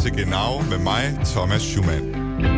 til Genau med mig, Thomas Schumann.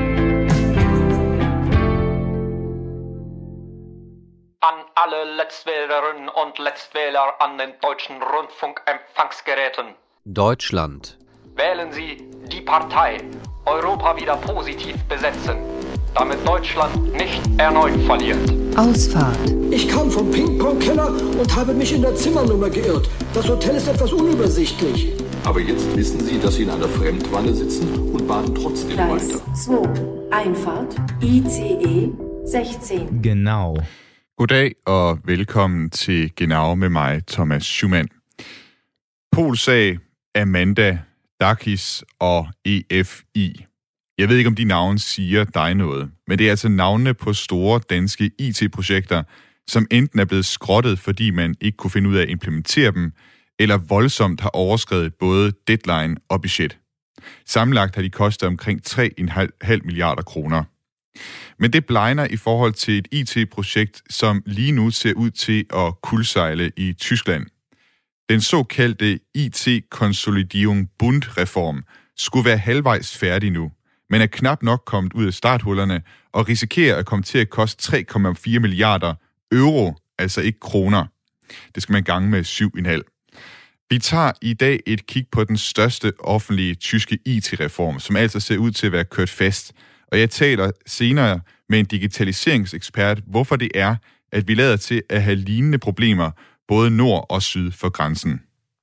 An alle Letztwählerinnen und Letztwähler an den deutschen Rundfunkempfangsgeräten. Deutschland. Wählen Sie die Partei Europa wieder positiv besetzen, damit Deutschland nicht erneut verliert. Ausfahrt. Ich kam vom Ping-Pong-Keller und habe mich in der Zimmernummer geirrt. Das Hotel ist etwas unübersichtlich. Aber jetzt wissen Sie, dass Sie in einer Fremdwanne sitzen und baden trotzdem Gleis weiter. 2. Einfahrt. ICE 16. Genau. Goddag og velkommen til Genau med mig, Thomas Schumann. Polsag, Amanda, Dakis og EFI. Jeg ved ikke, om de navne siger dig noget, men det er altså navnene på store danske IT-projekter, som enten er blevet skrottet, fordi man ikke kunne finde ud af at implementere dem, eller voldsomt har overskredet både deadline og budget. Sammenlagt har de kostet omkring 3,5 milliarder kroner. Men det blegner i forhold til et IT-projekt, som lige nu ser ud til at kuldsejle i Tyskland. Den såkaldte IT-Konsolidierung Bund-reform skulle være halvvejs færdig nu, men er knap nok kommet ud af starthullerne og risikerer at komme til at koste 3,4 milliarder euro, altså ikke kroner. Det skal man gange med 7,5. Vi tager i dag et kig på den største offentlige tyske IT-reform, som altså ser ud til at være kørt fast. Og jeg taler senere med en digitaliseringsekspert, hvorfor det er, at vi lader til at have lignende problemer både nord og syd for grænsen.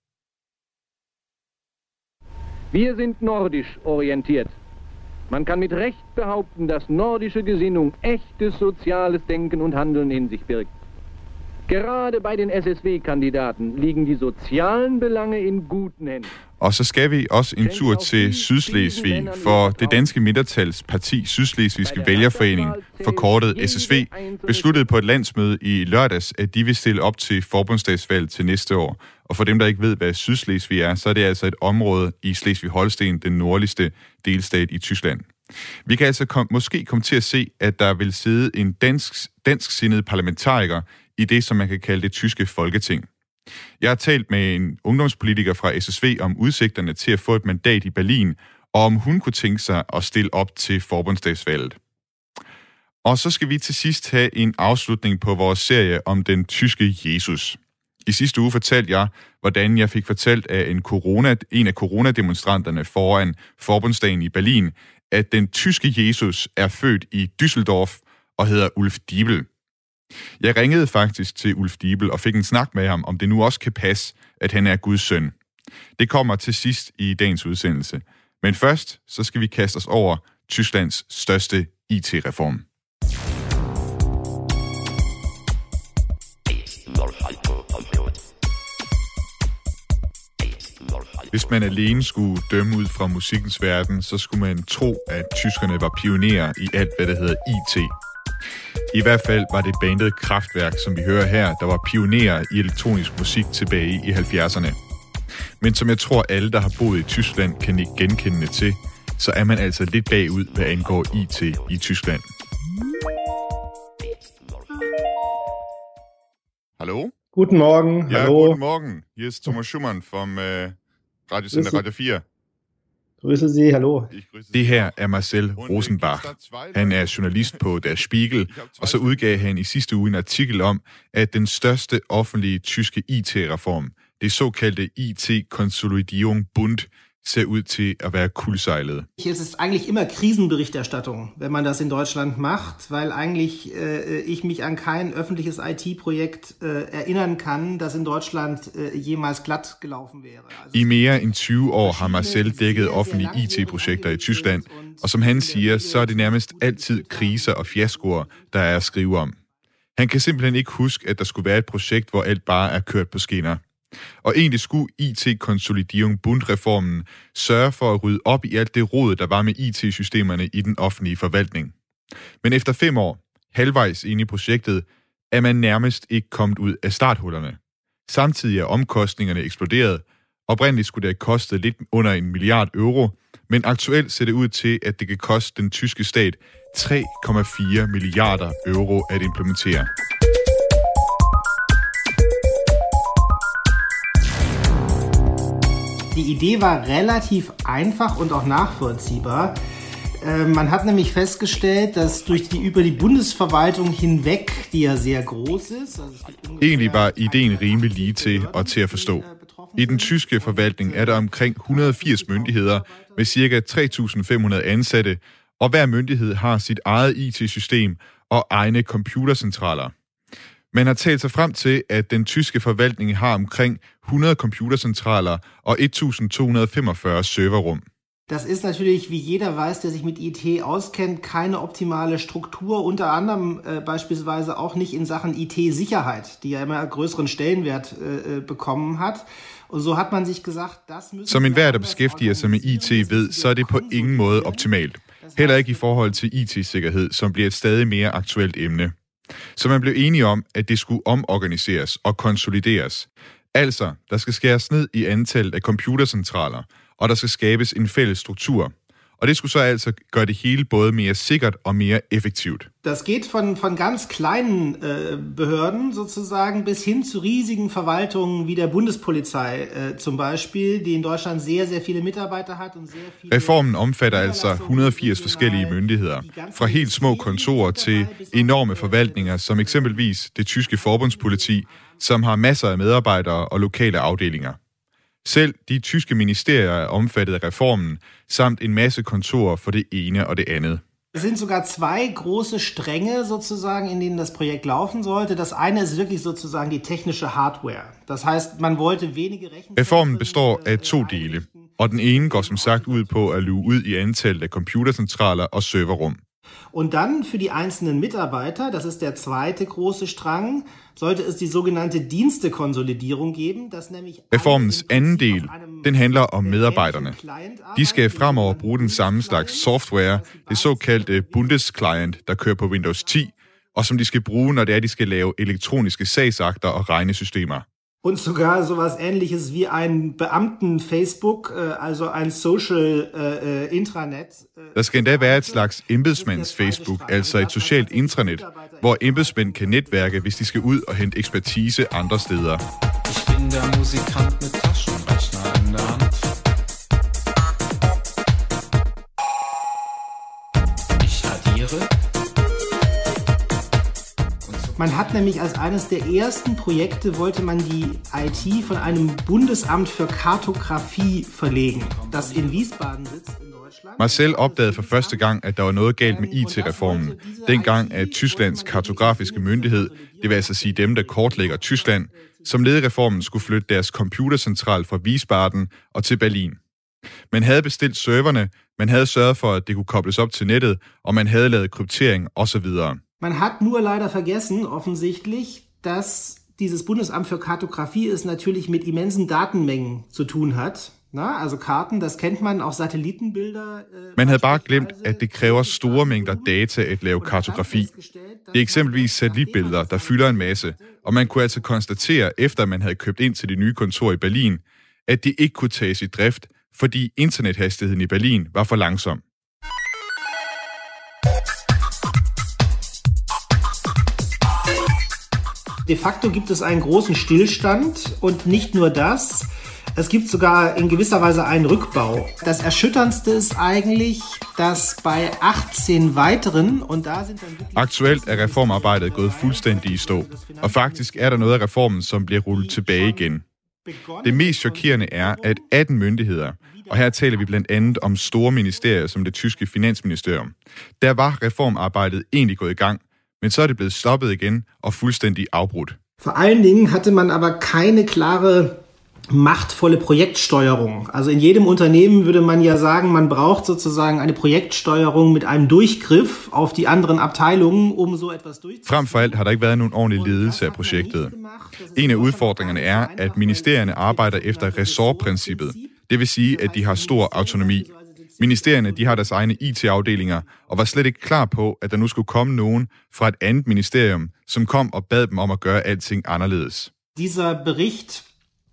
Wir sind nordisch orientiert. Man kann mit Recht behaupten, dass nordische Gesinnung echtes soziales Denken und Handeln in sich birgt. Gerade bei den SSW-Kandidaten liegen die sozialen Belange in guten Händen. Og så skal vi også en tur til Sydslesvig, for det danske mindretalsparti Sydslesvigske Vælgerforening, forkortet SSV, besluttede på et landsmøde i lørdags, at de vil stille op til forbundsdagsvalg til næste år. Og for dem, der ikke ved, hvad Sydslesvig er, så er det altså et område i Slesvig-Holsten, den nordligste delstat i Tyskland. Vi kan altså måske komme til at se, at der vil sidde en dansksindet parlamentariker i det, som man kan kalde det tyske folketing. Jeg har talt med en ungdomspolitiker fra SSV om udsigterne til at få et mandat i Berlin, og om hun kunne tænke sig at stille op til forbundsdagsvalget. Og så skal vi til sidst have en afslutning på vores serie om den tyske Jesus. I sidste uge fortalte jeg, hvordan jeg fik fortalt af en af coronademonstranterne foran forbundsdagen i Berlin, at den tyske Jesus er født i Düsseldorf og hedder Ulf Diebel. Jeg ringede faktisk til Ulf Diebel og fik en snak med ham, om det nu også kan passe, at han er Guds søn. Det kommer til sidst i dagens udsendelse. Men først, så skal vi kaste os over Tysklands største IT-reform. Hvis man alene skulle dømme ud fra musikkens verden, så skulle man tro, at tyskerne var pionerer i alt, hvad der hedder IT. I hvert fald var det bandet Kraftwerk, som vi hører her, der var pionerer i elektronisk musik tilbage i 70'erne. Men som jeg tror, alle, der har boet i Tyskland, kan ikke genkende til, så er man altså lidt bagud, hvad angår IT i Tyskland. Hallo? Guten Morgen. Ja, hallo. Guten Morgen. Hier ist Thomas Schumann vom Radiosender Radio 4. Grüße Sie, hallo. Det her er Marcel Rosenbach. Han er journalist på Der Spiegel, og så udgav han i sidste uge en artikel om, at den største offentlige tyske IT-reform, det såkaldte IT-Konsolidierung Bund, ser ud til at være kuldsejlet. Es ist eigentlich immer Krisenberichterstattung, wenn man das in Deutschland macht, weil eigentlich ich mich an kein öffentliches IT-Projekt erinnern kann, das in Deutschland jemals glatt gelaufen wäre. I mere end 20 år har Marcel dækket offentlige IT-projekter i Tyskland, og som han siger, så er det nærmest altid kriser og fiaskoer, der er at skrive om. Han kan simpelthen ikke huske, at der skulle være et projekt, hvor alt bare er kørt på skinner. Og egentlig skulle IT-Konsolidierung Bund-reformen sørge for at rydde op i alt det rod, der var med IT-systemerne i den offentlige forvaltning. Men efter 5 år, halvvejs inde i projektet, er man nærmest ikke kommet ud af starthullerne. Samtidig er omkostningerne eksploderet. Oprindeligt skulle det have kostet lidt under 1 milliard euro, men aktuelt ser det ud til, at det kan koste den tyske stat 3,4 milliarder euro at implementere. Die Idee war relativ einfach und auch nachvollziehbar. Man hat nämlich festgestellt, dass über die Bundesforvaltning hinweg, die ja sehr groß ist... Egentlig var ideen rimelig lige til og til at forstå. I den tyske forvaltning er der omkring 180 myndigheder med ca. 3.500 ansatte, og hver myndighed har sit eget IT-system og egne computercentraler. Man har talt sig frem til, at den tyske forvaltning har omkring 100 computercentraler og 1.245 serverrum. Das ist natürlich, wie jeder weiß, der sich mit IT auskennt, keine optimale Struktur, unter anderem beispielsweise auch nicht in Sachen IT-Sicherheit, die ja immer größeren Stellenwert bekommen hat. Og så hat man sich gesagt, das müssen... Som enhver, der beskæftiger sig med IT ved, så er det på ingen måde optimalt. Heller ikke i forhold til IT-sikkerhed, som bliver et stadig mere aktuelt emne. Så man blev enige om, at det skulle omorganiseres og konsolideres. Altså, der skal skæres ned i antallet af computercentraler, og der skal skabes en fælles struktur. Og det skulle så altså gøre det hele både mere sikkert og mere effektivt. Das geht von ganz kleinen Behörden sozusagen bis hin zu riesigen Verwaltungen wie der Bundespolizei zum Beispiel, die in Deutschland sehr, sehr viele Mitarbeiter hat und sehr viele... Reformen omfatter altså 180 forskellige myndigheder, fra helt små kontorer til enorme forvaltninger, som eksempelvis det tyske forbundspoliti, som har masser af medarbejdere og lokale afdelinger. Selv de tyske ministerier er omfattet af reformen, samt en masse kontorer for det ene og det andet. Es sind sogar zwei große Stränge sozusagen, in denen das Projekt laufen sollte. Das eine ist wirklich sozusagen die technische Hardware. Das heißt, man wollte wenige Rechenzentren... Reformen består af 2 dele, og den ene går som sagt ud på at luge ud i antallet af computercentraler og serverrum. Und dann für die einzelnen Mitarbeiter, das ist der zweite große Strang, sollte es die sogenannte Dienstekonsolidierung geben, das nämlich... Reformens anden del, den handler om medarbejderne. De skal fremover bruge den samme slags software, det såkaldte Bundesclient, der kører på Windows 10, og som de skal bruge, når det er, de skal lave elektroniske sagsakter og regnesystemer. Und sogar sowas Ähnliches wie ein Beamten-Facebook, also ein Social Intranet. Der skal endda være et slags embedsmands-Facebook, altså et socialt intranet, hvor embedsmænd kan netværke, hvis de skal ud og hente ekspertise andre steder. Ich bin der Musikant mit Taschenrechner in der Hand. Ich addiere. Man hat nämlich als eines der ersten Projekte wollte man die IT von einem Bundesamt für Kartografie verlegen, das in Wiesbaden sitzt in Deutschland. Marcel opdagede for første gang, at der var noget galt med IT-reformen. Dengang at Tysklands kartografiske myndighed, det vil altså sige dem, der kortlægger Tyskland, som led i reformen skulle flytte deres computercentral fra Wiesbaden og til Berlin. Man havde bestilt serverne, man havde sørget for, at det kunne kobles op til nettet, og man havde lavet kryptering osv. Man hat nur leider vergessen, offensichtlich, dass dieses Bundesamt für Kartografie es natürlich mit immensen Datenmengen zu tun hat. Na, also Karten, das kennt man, auch Satellitenbilder. Man havde bare glemt, at det kræver store mængder data at lave kartografi. Det er eksempelvis satellitbilleder, der fylder en masse, og man kunne altså konstatere, efter man havde købt ind til det nye kontor i Berlin, at det ikke kunne tages i drift, fordi internethastigheden i Berlin var for langsom. De facto gibt es einen großen Stillstand und nicht nur das, es gibt sogar in gewisser Weise einen Rückbau. Das Erschütterndste ist eigentlich, dass bei 18 weiteren, und da sind dann wirklich... Aktuelt er reformarbejdet gået fuldstændig i stå, og faktisk er der noget af reformen, som bliver rullet tilbage igen. Det mest chokerende er, at 18 myndigheder, og her taler vi blandt andet om store ministerier som det tyske finansministerium, der var reformarbejdet egentlig gået i gang, men så er det blevet stoppet igen og fuldstændig afbrudt. Vor allen Dingen hatte man aber keine klare, machtvolle Projektsteuerung. Also in jedem Unternehmen würde man ja sagen, man braucht sozusagen eine Projektsteuerung mit einem Durchgriff auf die anderen Abteilungen, um so etwas durchzuführen. Frem for alt har der ikke været nogen ordentlig ledelse af projektet. En af udfordringerne er, at ministerierne arbejder efter ressortprincippet. Det vil sige, at de har stor autonomi. Ministerierne, de har deres egne IT-afdelinger, og var slet ikke klar på, at der nu skulle komme nogen fra et andet ministerium, som kom og bad dem om at gøre alting anderledes. Dieser Bericht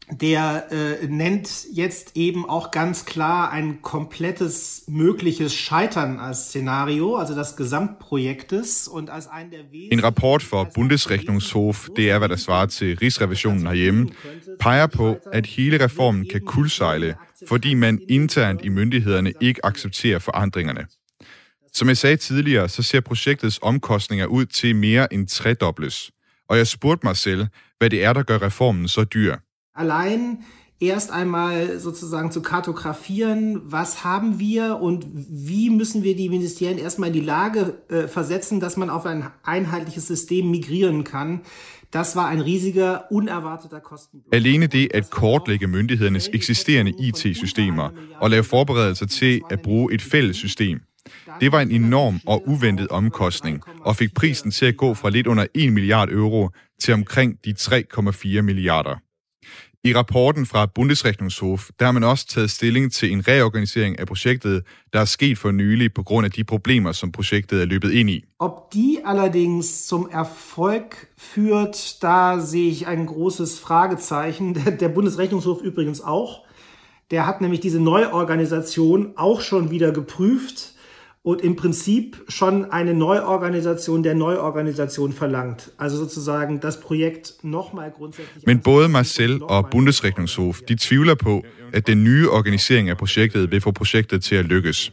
der nennt jetzt eben auch ganz klar ein komplettes mögliches Scheitern als Szenario, altså das Gesamtprojektes, und als en der En rapport fra Bundesrechnungshof, det er, hvad der svarer til Rigsrevisionen herhjemme, peger på, at hele reformen kan kuldsejle, fordi man internt i myndighederne ikke accepterer forandringerne. Som jeg sagde tidligere, så ser projektets omkostninger ud til mere end tredobles. Og jeg spurgte mig selv, hvad det er, der gør reformen så dyr. Allein erst einmal sozusagen zu kartografieren, was haben wir und wie müssen wir die Ministerien erstmal in die Lage versetzen, dass man auf ein einheitliches System migrieren kann. Das war ein riesiger, unerwarteter Kostenblock. Alene det at kortlægge myndighedernes eksisterende IT-systemer og lave forberedelser til at bruge et fælles system, det var en enorm og uventet omkostning, og fik prisen til at gå fra lidt under 1 milliard euro til omkring de 3,4 milliarder. I rapporten fra Bundesrechnungshof, der har man også taget stilling til en reorganisering af projektet, der er sket for nylig på grund af de problemer, som projektet er løbet ind i. Ob die allerdings zum Erfolg führt, da sehe ich ein großes Fragezeichen. Der Bundesrechnungshof übrigens auch. Der hat nämlich diese Neuorganisation auch schon wieder geprüft und im Prinzip schon eine Neuorganisation der Neuorganisation verlangt. Also sozusagen das Projekt nochmal grundsätzlich... Men både Marcel og Bundesrechnungshof, de tvivler på, at den nye organisering af projektet vil få projektet til at lykkes.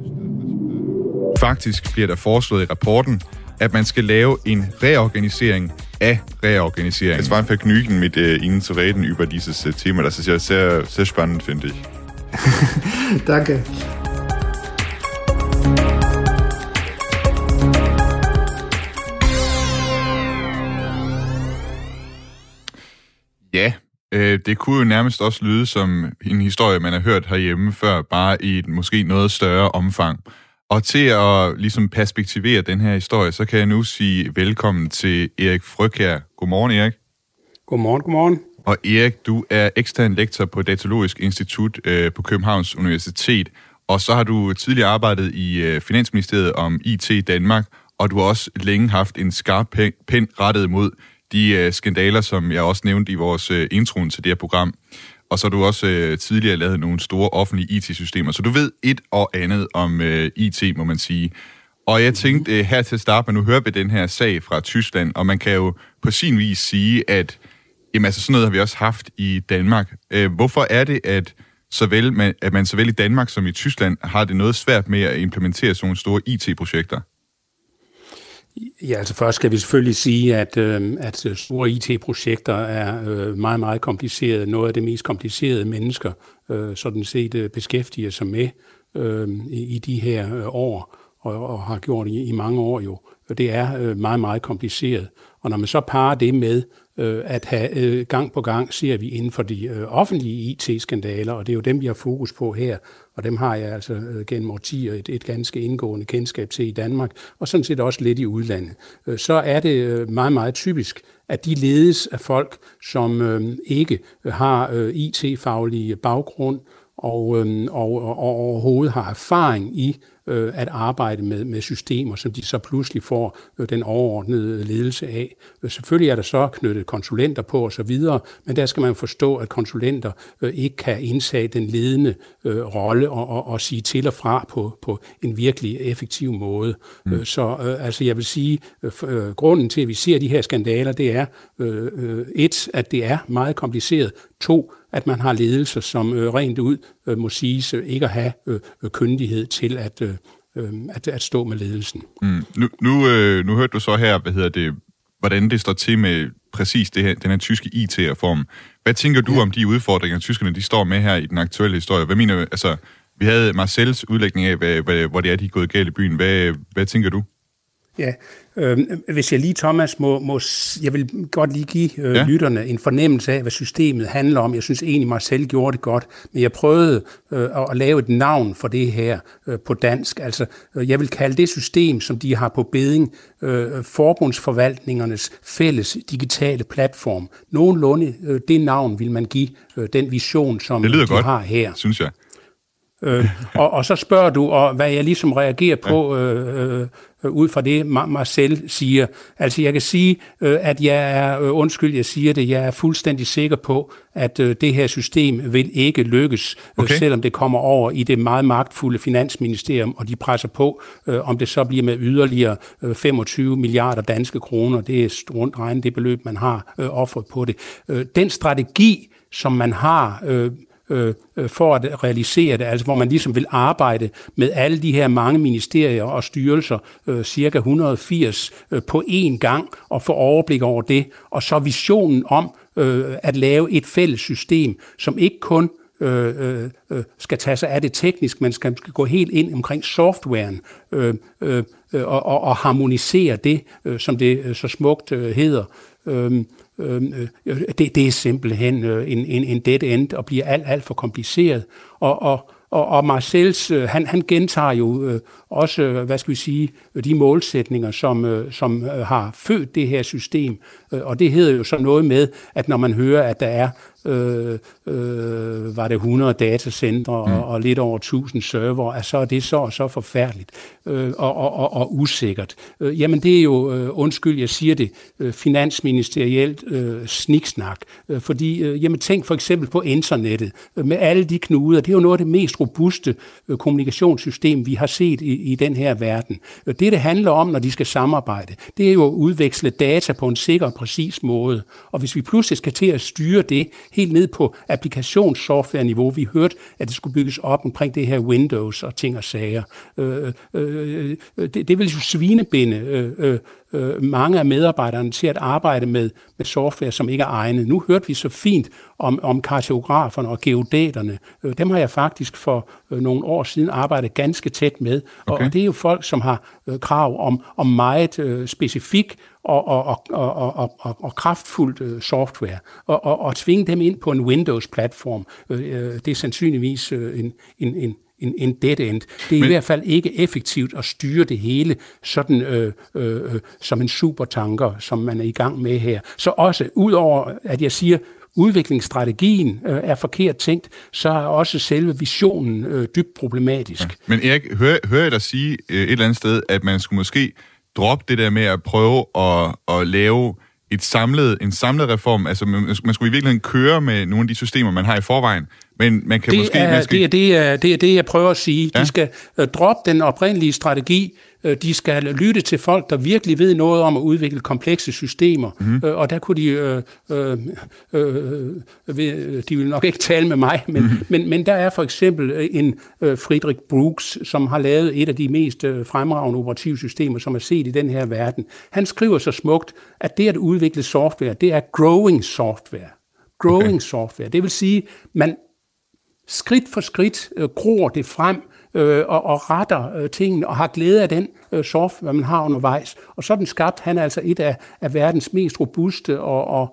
Faktisk bliver der foreslået i rapporten, at man skal lave en reorganisering af reorganisering. Es war ein Vergnügen, mit Ihnen zu reden über dieses Thema. Das ist ja sehr, sehr spannend, finde ich. Danke. Ja, det kunne jo nærmest også lyde som en historie, man har hørt herhjemme før, bare i et måske noget større omfang. Og til at ligesom perspektivere den her historie, så kan jeg nu sige velkommen til Erik Frøkjær. Godmorgen, Erik. Godmorgen. Og Erik, du er ekstern lektor på Datalogisk Institut på Københavns Universitet, og så har du tidligere arbejdet i Finansministeriet om IT i Danmark, og du har også længe haft en skarp pen rettet mod de skandaler, som jeg også nævnte i vores introen til det her program. Og så har du også tidligere lavet nogle store offentlige IT-systemer, så du ved et og andet om IT, må man sige. Og jeg tænkte her til at starte med, nu hører vi den her sag fra Tyskland, og man kan jo på sin vis sige, at jamen, altså, sådan noget har vi også haft i Danmark. Hvorfor er det, at man såvel i Danmark som i Tyskland har det noget svært med at implementere sådan nogle store IT-projekter? Ja, altså først skal vi selvfølgelig sige, at store IT-projekter er meget, meget komplicerede. Noget af det mest komplicerede mennesker sådan set beskæftiger sig med i de her år, og har gjort i mange år jo. Det er meget, meget kompliceret. Og når man så parer det med at have gang på gang, ser vi inden for de offentlige IT-skandaler, og det er jo dem, vi har fokus på her, og dem har jeg altså gennem årtier et ganske indgående kendskab til i Danmark, og sådan set også lidt i udlandet. Så er det meget, meget typisk, at de ledes af folk, som ikke har IT-faglig baggrund, og overhovedet har erfaring i at arbejde med systemer, som de så pludselig får den overordnede ledelse af. Selvfølgelig er der så knyttet konsulenter på og så videre, men der skal man forstå, at konsulenter ikke kan indsage den ledende rolle og sige til og fra på en virkelig effektiv måde. Så altså jeg vil sige, grunden til, at vi ser de her skandaler, det er at det er meget kompliceret. 2, at man har ledelser, som rent ud må siges ikke at have kyndighed til at stå med ledelsen. Nu hørte du så her, hvordan det står til med præcis den her tyske IT-reform. Hvad tænker du om de udfordringer, tyskerne de står med her i den aktuelle historie? Hvad mener du? Altså, vi havde Marcels udlægning af, hvor det er, de er gået galt i byen. Hvad tænker du? Ja, hvis jeg lige, Thomas, jeg vil godt lige give lytterne en fornemmelse af, hvad systemet handler om. Jeg synes egentlig, Marcel gjorde det godt, men jeg prøvede at lave et navn for det her på dansk. Altså, jeg vil kalde det system, som de har på beding, forbundsforvaltningernes fælles digitale platform. Nogenlunde det navn vil man give den vision, som de har her. Synes jeg. Og så spørger du, og hvad jeg ligesom reagerer på ud fra det, Marcel siger. Altså jeg kan sige, at jeg er, jeg siger det, jeg er fuldstændig sikker på, at det her system vil ikke lykkes, selvom det kommer over i det meget magtfulde finansministerium, og de presser på, om det så bliver med yderligere 25 milliarder danske kroner. Det er rundt regnet det beløb, man har offret på det. Den strategi, som man har for at realisere det, altså hvor man ligesom vil arbejde med alle de her mange ministerier og styrelser, cirka 180 på én gang, og få overblik over det, og så visionen om at lave et fælles system, som ikke kun skal tage sig af det teknisk, men skal gå helt ind omkring softwaren og harmonisere det, som det så smukt hedder. Det er simpelthen en dead end og bliver alt for kompliceret. Og Marcels, han gentager jo også, de målsætninger, som har født det her system. Og det hedder jo så noget med, at når man hører, at der er var det 100 datacentre og lidt over 1000 server, så er det så forfærdeligt og usikkert. Jamen det er jo, jeg siger det, finansministerielt sniksnak. Fordi, tænk for eksempel på internettet, med alle de knuder, det er jo noget af det mest robuste kommunikationssystem, vi har set i den her verden. Det handler om, når de skal samarbejde, det er jo at udveksle data på en sikker og præcis måde. Og hvis vi pludselig skal til at styre det helt ned på applikationssoftware-niveau, vi hørte, at det skulle bygges op omkring det her Windows og ting og sager. Det vil jo svinebinde mange af medarbejderne til at arbejde med software, som ikke er egnet. Nu hørte vi så fint om kartograferne og geodæterne. Dem har jeg faktisk for nogle år siden arbejdet ganske tæt med. Okay. Og det er jo folk, som har krav om meget specifik og kraftfuldt software. Og tvinge dem ind på en Windows-platform, det er sandsynligvis en dead end. Det er i hvert fald ikke effektivt at styre det hele sådan som en supertanker, som man er i gang med her. Så også, udover at jeg siger, udviklingsstrategien er forkert tænkt, så er også selve visionen dybt problematisk. Ja. Men Erik, hører jeg dig sige et eller andet sted, at man skulle måske droppe det der med at prøve at lave en samlet reform? Altså man skulle i virkeligheden køre med nogle af de systemer, man har i forvejen, men man kan det er det, jeg prøver at sige. Ja? De skal droppe den oprindelige strategi. De skal lytte til folk, der virkelig ved noget om at udvikle komplekse systemer. Mm-hmm. Og der kunne de vil nok ikke tale med mig, men der er for eksempel en Friedrich Brooks, som har lavet et af de mest fremragende operativsystemer, som er set i den her verden. Han skriver så smukt, at det at udvikle software, det er growing software. Growing software. Det vil sige, man skridt for skridt gror det frem, og retter tingene, og har glæde af den software, man har undervejs. Og sådan skabte han altså et af verdens mest robuste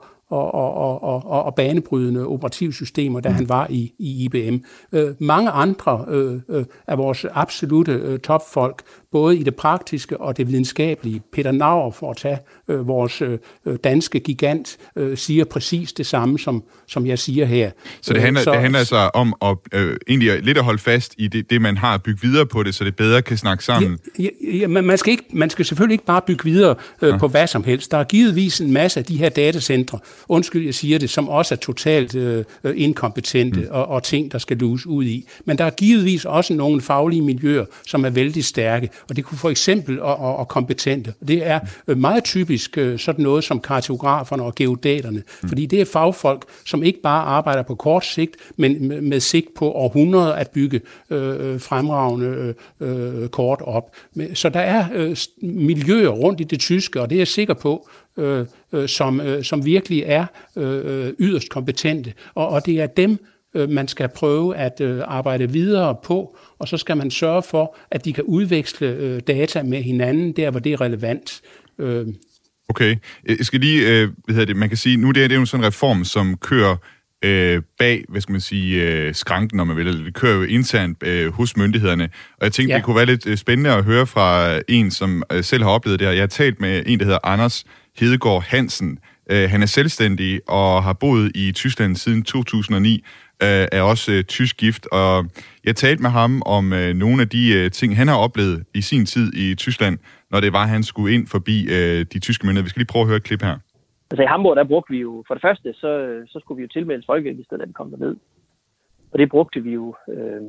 og banebrydende operativsystemer, da han var i IBM. Mange andre af vores absolutte topfolk, både i det praktiske og det videnskabelige. Peter Nauer, for at tage vores danske gigant, siger præcis det samme, som jeg siger her. Så det handler altså om at egentlig lidt at holde fast i det, man har, bygge videre på det, så det bedre kan snakke sammen? Ja, man skal selvfølgelig ikke bare bygge videre på hvad som helst. Der er givetvis en masse af de her datacentre, jeg siger det, som også er totalt inkompetente og ting, der skal luges ud i. Men der er givetvis også nogle faglige miljøer, som er vældig stærke, og det kunne for eksempel og kompetente. Det er meget typisk sådan noget som kartograferne og geodæterne, fordi det er fagfolk, som ikke bare arbejder på kort sigt, men med sigt på århundreder at bygge fremragende kort op. Så der er miljøer rundt i det tyske, og det er jeg sikker på, som virkelig er yderst kompetente. Og det er dem, man skal prøve at arbejde videre på, og så skal man sørge for, at de kan udveksle data med hinanden, der hvor det er relevant. Okay. Jeg skal lige, man kan sige, nu det er jo sådan en reform, som kører bag, skranken, om man vil. Det kører jo internt hos myndighederne. Og jeg tænkte, det kunne være lidt spændende at høre fra en, som selv har oplevet det her. Jeg har talt med en, der hedder Anders Hedegaard Hansen. Han er selvstændig og har boet i Tyskland siden 2009. er også tysk gift, og jeg talte med ham om nogle af de ting, han har oplevet i sin tid i Tyskland, når det var, han skulle ind forbi de tyske myndigheder. Vi skal lige prøve at høre et klip her. Altså i Hamburg, der brugte vi jo, for det første, så skulle vi jo tilmelde folkeregisteret, da vi kom derned. Og det brugte vi jo,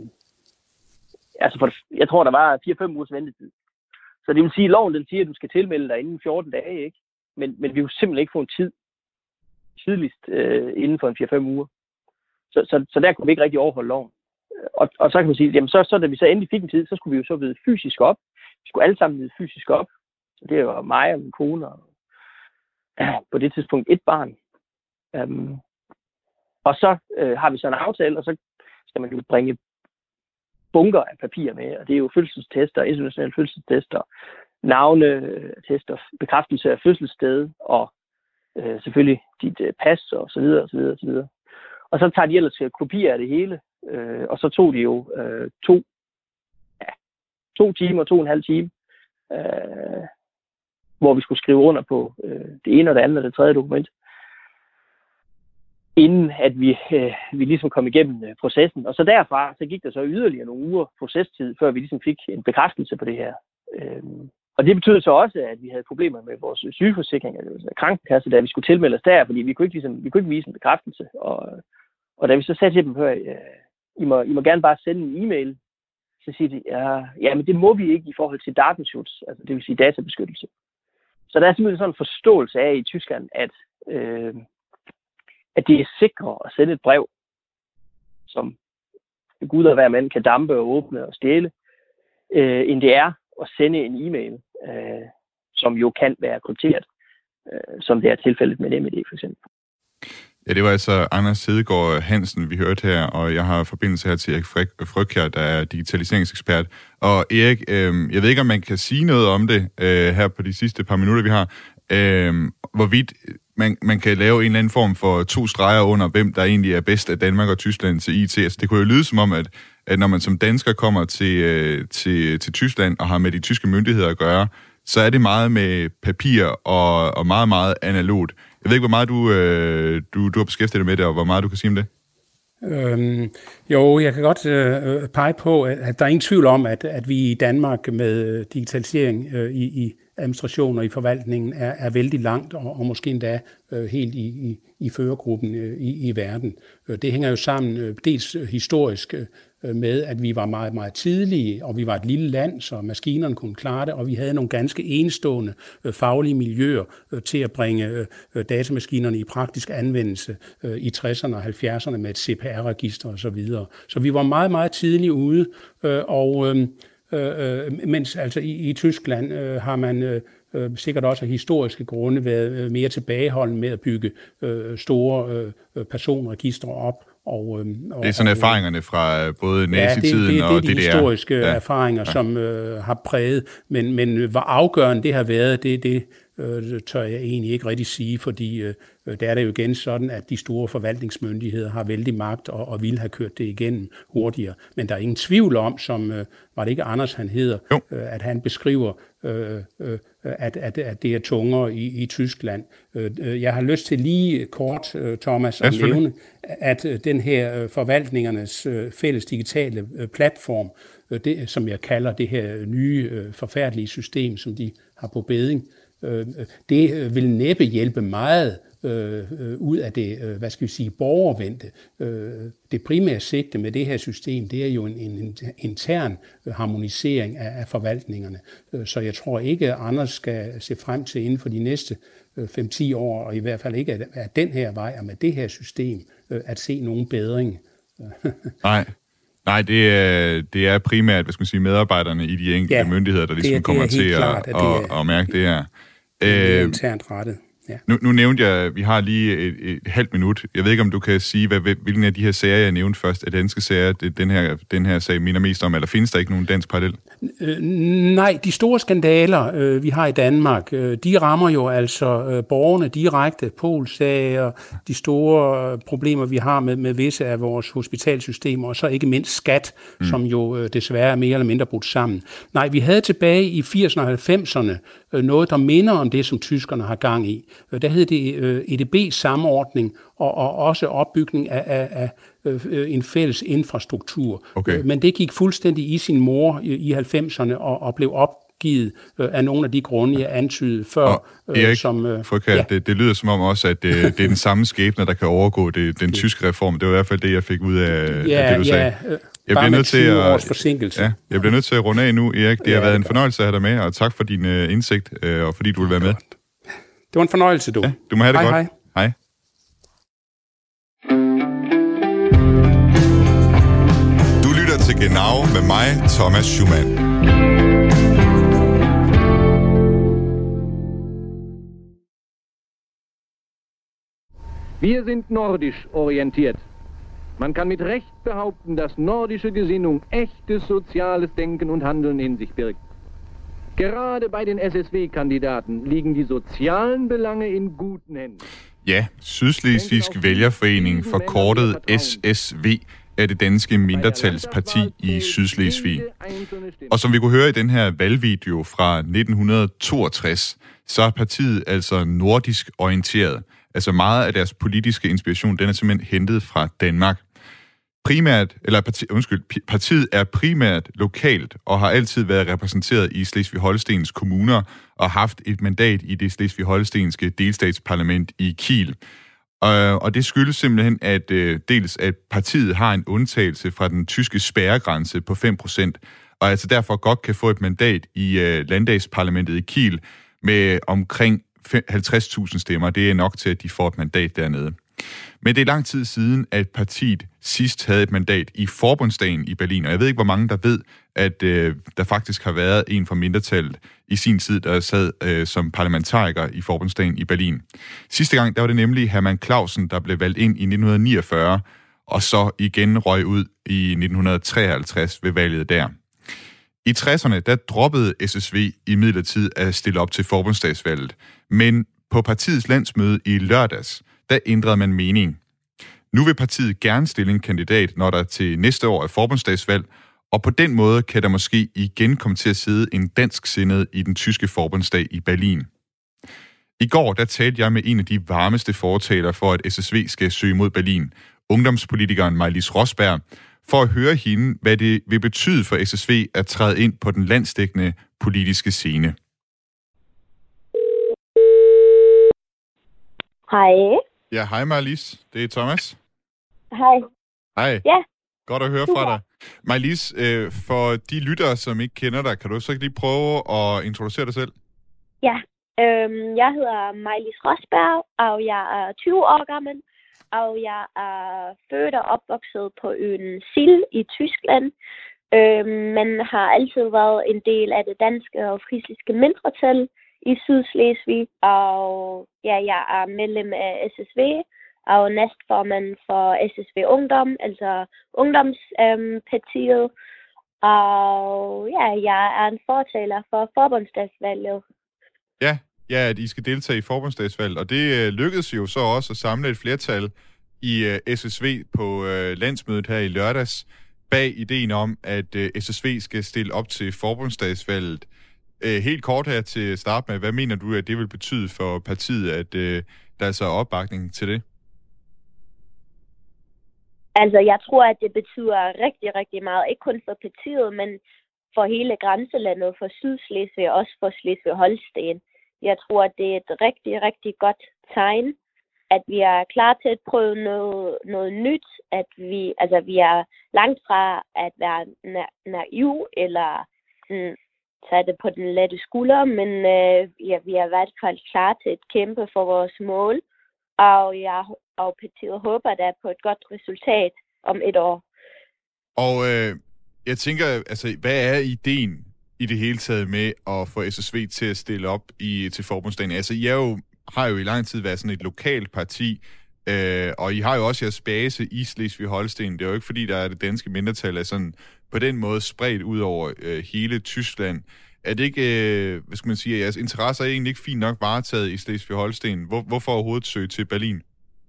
jeg tror, der var 4-5 ugers ventetid. Så det vil sige, at loven den siger, at du skal tilmelde dig inden 14 dage, ikke? Men vi vil simpelthen ikke få en tid tidligst inden for en 4-5 uger. Så der kunne vi ikke rigtig overholde loven. Og så kan man sige, jamen så da vi så endelig fik en tid, så skulle vi jo så vide fysisk op. Vi skulle alle sammen vide fysisk op. Så det var mig og min kone og på det tidspunkt 1 barn. Og så har vi så en aftale, og så skal man jo bringe bunker af papir med, og det er jo fødselstester, internationale fødselstester, navnetester, bekræftelse af fødselssted, og selvfølgelig dit pas, og så videre, og så videre, og så videre. Og så tager de ellers kopier af det hele, og så tog de jo 2 timer, 2,5 time, hvor vi skulle skrive under på det ene og det andet og det tredje dokument, inden at vi ligesom kom igennem processen. Og så derfra, så gik der så yderligere nogle uger procestid, før vi ligesom fik en bekræftelse på det her. Og det betød så også, at vi havde problemer med vores sygeforsikring, altså krankenkasse, da vi skulle tilmelde os der, fordi vi kunne ikke vise en bekræftelse. Og da vi så sagde til dem, hør, I må gerne bare sende en e-mail, så siger de, ja, men det må vi ikke i forhold til Datenschutz, altså det vil sige databeskyttelse. Så der er simpelthen sådan en forståelse af i Tyskland, at det er sikrere at sende et brev, som Gud og hver mand kan dampe og åbne og stjæle, end det er at sende en e-mail, som jo kan være krypteret, som det er tilfældet med NemID for eksempel. Ja, det var altså Anders Hedegaard Hansen, vi hørte her, og jeg har forbindelse her til Erik Frøkjær, der er digitaliseringsekspert. Og Erik, jeg ved ikke, om man kan sige noget om det her på de sidste par minutter, vi har. Hvorvidt man kan lave en eller anden form for 2 streger under, hvem der egentlig er bedst af Danmark og Tyskland til IT. Altså, det kunne jo lyde som om, at når man som dansker kommer til Tyskland og har med de tyske myndigheder at gøre, så er det meget med papir og meget, meget analogt. Jeg ved ikke, hvor meget du har beskæftiget dig med det, og hvor meget du kan sige om det. Jo, jeg kan godt pege på, at der er ingen tvivl om, at vi i Danmark med digitalisering i administration og i forvaltningen er vældig langt, og måske endda helt i førergruppen i verden. Det hænger jo sammen dels historisk med, at vi var meget, meget tidlige, og vi var et lille land, så maskinerne kunne klare det, og vi havde nogle ganske enestående faglige miljøer til at bringe datamaskinerne i praktisk anvendelse i 60'erne og 70'erne med et CPR-register osv. Så vi var meget, meget tidligt ude, mens altså i Tyskland har man sikkert også af historiske grunde været mere tilbageholdende med at bygge store personregistre op. Det er sådan erfaringerne fra både nazitiden og DDR. Det er de historiske erfaringer, som har præget, men hvor afgørende det har været, det tør jeg egentlig ikke rigtig sige, fordi der er det jo igen sådan, at de store forvaltningsmyndigheder har vældig magt og vil have kørt det igennem hurtigere. Men der er ingen tvivl om, som var det ikke Anders, han hedder, at han beskriver, at det er tungere i Tyskland. Jeg har lyst til lige kort, Thomas, at nævne, at den her forvaltningernes fælles digitale platform, det, som jeg kalder det her nye forfærdelige system, som de har på beding, det vil næppe hjælpe meget ud af det, borgervendte. Det primære sigte med det her system, det er jo en intern harmonisering af forvaltningerne. Så jeg tror ikke, at Anders skal se frem til inden for de næste 5-10 år, og i hvert fald ikke af den her vej, og med det her system, at se nogen bedring. Nej, det er primært, medarbejderne i de enkelte myndigheder, der ligesom kommer til at mærke det her. Det er internt rettet. Ja. Nu nævnte jeg, at vi har lige et halvt minut. Jeg ved ikke, om du kan sige, hvilken af de her sager, jeg nævnte først, er danske sager, den her sag minder mest om, eller findes der ikke nogen dansk parallel? Nej, de store skandaler, vi har i Danmark, de rammer jo altså borgerne direkte, polsager, de store problemer, vi har med visse af vores hospitalsystemer, og så ikke mindst skat, som jo desværre er mere eller mindre brudt sammen. Nej, vi havde tilbage i 80'erne og 90'erne noget, der minder om det, som tyskerne har gang i. Der hed det EDB-samordning og også opbygning af en fælles infrastruktur. Okay. Men det gik fuldstændig i sin mor i 90'erne og blev opgivet af nogle af de grunde, jeg antydede før. Erik, det lyder som om også, at det er den samme skæbne, der kan overgå den tyske reform. Det var i hvert fald det, jeg fik ud af det, du sagde. Jeg bliver nødt til års forsinkelse. Ja, jeg bliver nødt til at runde af nu, Erik. Det har været en fornøjelse at have dig med, og tak for din indsigt, og fordi du vil være med. Det var en fornøjelse, du. Ja, du må have det godt. Hej. Hej. Du lytter til Genau med mig, Thomas Schumann. Wir sind nordisch orientiert. Man kann mit Recht behaupten, dass nordische Gesinnung echtes soziales Denken und Handeln in sich birgt. Gerade bei den SSW-Kandidaten liegen die sozialen Belange in guten Hænden. Ja, Sydslesvigsk Vælgerforening, forkortet SSV, er det danske mindretalsparti i Sydslesvig. Og som vi kunne høre i den her valgvideo fra 1962, så er partiet altså nordisk orienteret. Altså meget af deres politiske inspiration, den er simpelthen hentet fra Danmark. Partiet er primært lokalt og har altid været repræsenteret i Slesvig-Holstens kommuner og haft et mandat i det slesvig-holstenske delstatsparlament i Kiel. Og det skyldes simpelthen, at at partiet har en undtagelse fra den tyske spærregrænse på 5%, og altså derfor godt kan få et mandat i landdagsparlamentet i Kiel med omkring 50.000 stemmer. Det er nok til, at de får et mandat dernede. Men det er lang tid siden, at partiet sidst havde et mandat i Forbundsdagen i Berlin. Og jeg ved ikke, hvor mange der ved, at der faktisk har været en fra mindretallet i sin tid, der sad som parlamentariker i Forbundsdagen i Berlin. Sidste gang, der var det nemlig Hermann Clausen, der blev valgt ind i 1949, og så igen røg ud i 1953 ved valget der. I 60'erne, der droppede SSV imidlertid at stille op til forbundsdagsvalget, men på partiets landsmøde i lørdags, der ændrede man mening. Nu vil partiet gerne stille en kandidat, når der til næste år er forbundsdagsvalg, og på den måde kan der måske igen komme til at sidde en dansksindet i den tyske forbundsdag i Berlin. I går, der talte jeg med en af de varmeste fortalere for, at SSV skal søge mod Berlin, ungdomspolitikeren Maj-Lis Rosberg, for at høre hende, hvad det vil betyde for SSV at træde ind på den landsdækkende politiske scene. Hej. Ja, hej Maj-Lis. Det er Thomas. Hej. Hej. Ja. Godt at høre fra dig. Maj-Lis, for de lyttere, som ikke kender dig, kan du så ikke lige prøve at introducere dig selv? Ja, jeg hedder Maj-Lis Rosberg, og jeg er 20 år gammel, og jeg er født og opvokset på øen Sild i Tyskland, men har altid været en del af det danske og frisiske mindretal i Sydslesvig, og ja, jeg er medlem af SSV, og næstformand for SSV Ungdom, altså ungdomspartiet, og ja, jeg er en fortaler for forbundsdagsvalget. Ja, at I skal deltage i forbundsdagsvalget, og det lykkedes jo så også at samle et flertal i SSV på landsmødet her i lørdags, bag ideen om, at SSV skal stille op til forbundsdagsvalget. Helt kort her til at starte med, hvad mener du, at det vil betyde for partiet, at der er så opbakning til det? Altså, jeg tror, at det betyder rigtig, rigtig meget. Ikke kun for partiet, men for hele grænselandet, for Sydslesvig og også for Slesvig-Holsten. Jeg tror, at det er et rigtig, rigtig godt tegn, at vi er klar til at prøve noget nyt, at vi er langt fra at være naiv eller tage det på den lette skulder, men vi er i hvert fald klar til at kæmpe for vores mål, og partiet håber da på et godt resultat om et år. Og jeg tænker, altså, hvad er ideen i det hele taget med at få SSV til at stille op til forbundsdagen? Altså, I har jo i lang tid været sådan et lokalt parti, og I har jo også jeres base i Slesvig-Holsten. Det er jo ikke fordi, der er det danske mindretal er sådan på den måde spredt ud over hele Tyskland. Er det ikke, hvad skal man sige, at jeres interesser er egentlig ikke fint nok varetaget i Slesvig-Holsten? Hvorfor overhovedet søge til Berlin?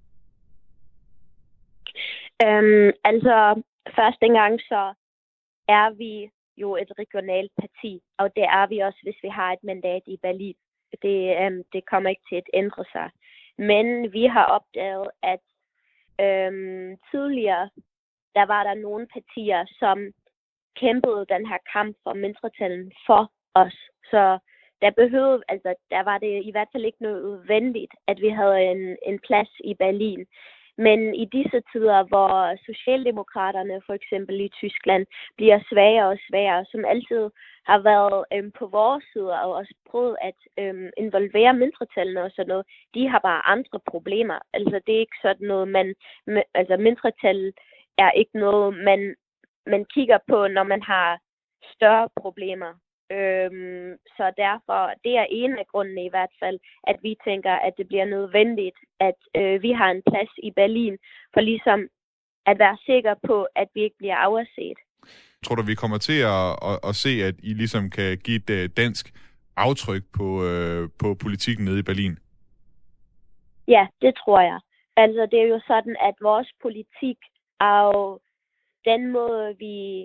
Altså, først engang så er vi jo et regionalt parti, og det er vi også, hvis vi har et mandat i Berlin. Det kommer ikke til at ændre sig. Men vi har opdaget, at tidligere, der var der nogle partier, som kæmpede den her kamp for mindretalen for os. Så der var det i hvert fald ikke nødvendigt, at vi havde en plads i Berlin. Men i disse tider, hvor socialdemokraterne for eksempel i Tyskland bliver svagere og svagere, som altid har været på vores side og også prøvet at involvere mindretallene og sådan noget, de har bare andre problemer. Altså det er ikke sådan noget, mindretal er ikke noget, man kigger på, når man har større problemer. Så derfor, det er en af grundene i hvert fald, at vi tænker, at det bliver nødvendigt, at vi har en plads i Berlin, for ligesom at være sikker på, at vi ikke bliver overset. Tror du, vi kommer til at se, at I ligesom kan give et dansk aftryk på politikken nede i Berlin? Ja, det tror jeg. Altså, det er jo sådan, at vores politik og den måde, vi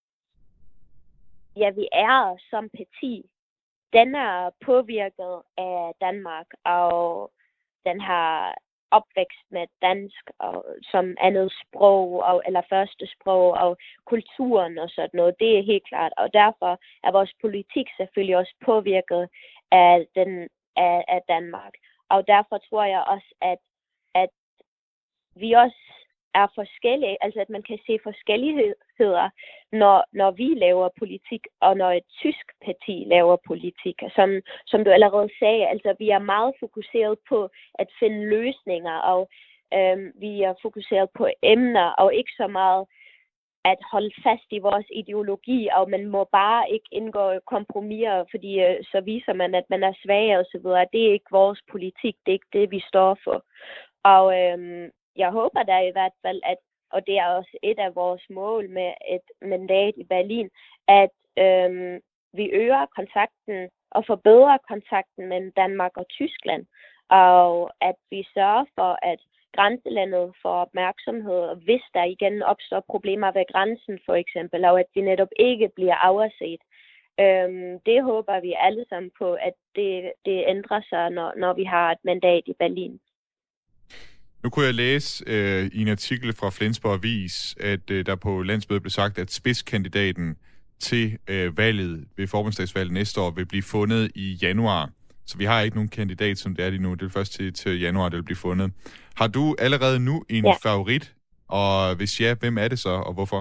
er som parti, den er påvirket af Danmark, og den har opvækst med dansk og som andet sprog, eller første sprog, og kulturen og sådan noget. Det er helt klart, og derfor er vores politik selvfølgelig også påvirket af Danmark. Og derfor tror jeg også, at vi også er forskellige, altså at man kan se forskelligheder, når vi laver politik, og når et tysk parti laver politik. Som du allerede sagde, altså vi er meget fokuseret på at finde løsninger, og vi er fokuseret på emner, og ikke så meget at holde fast i vores ideologi, og man må bare ikke indgå kompromiser, fordi så viser man, at man er svag og så videre. Det er ikke vores politik, det er ikke det, vi står for. Og jeg håber da i hvert fald, og det er også et af vores mål med et mandat i Berlin, at vi øger kontakten og forbedrer kontakten mellem Danmark og Tyskland, og at vi sørger for, at grænselandet får opmærksomhed, hvis der igen opstår problemer ved grænsen for eksempel, og at vi netop ikke bliver overset. Det håber vi alle sammen på, at det ændrer sig, når vi har et mandat i Berlin. Nu kunne jeg læse i en artikel fra Flensborg Avis, at der på landsmødet blev sagt, at spidskandidaten til valget ved forbundsdagsvalget næste år vil blive fundet i januar. Så vi har ikke nogen kandidat, som det er lige nu. Det er først til januar, det vil blive fundet. Har du allerede nu en favorit? Og hvis ja, hvem er det så, og hvorfor?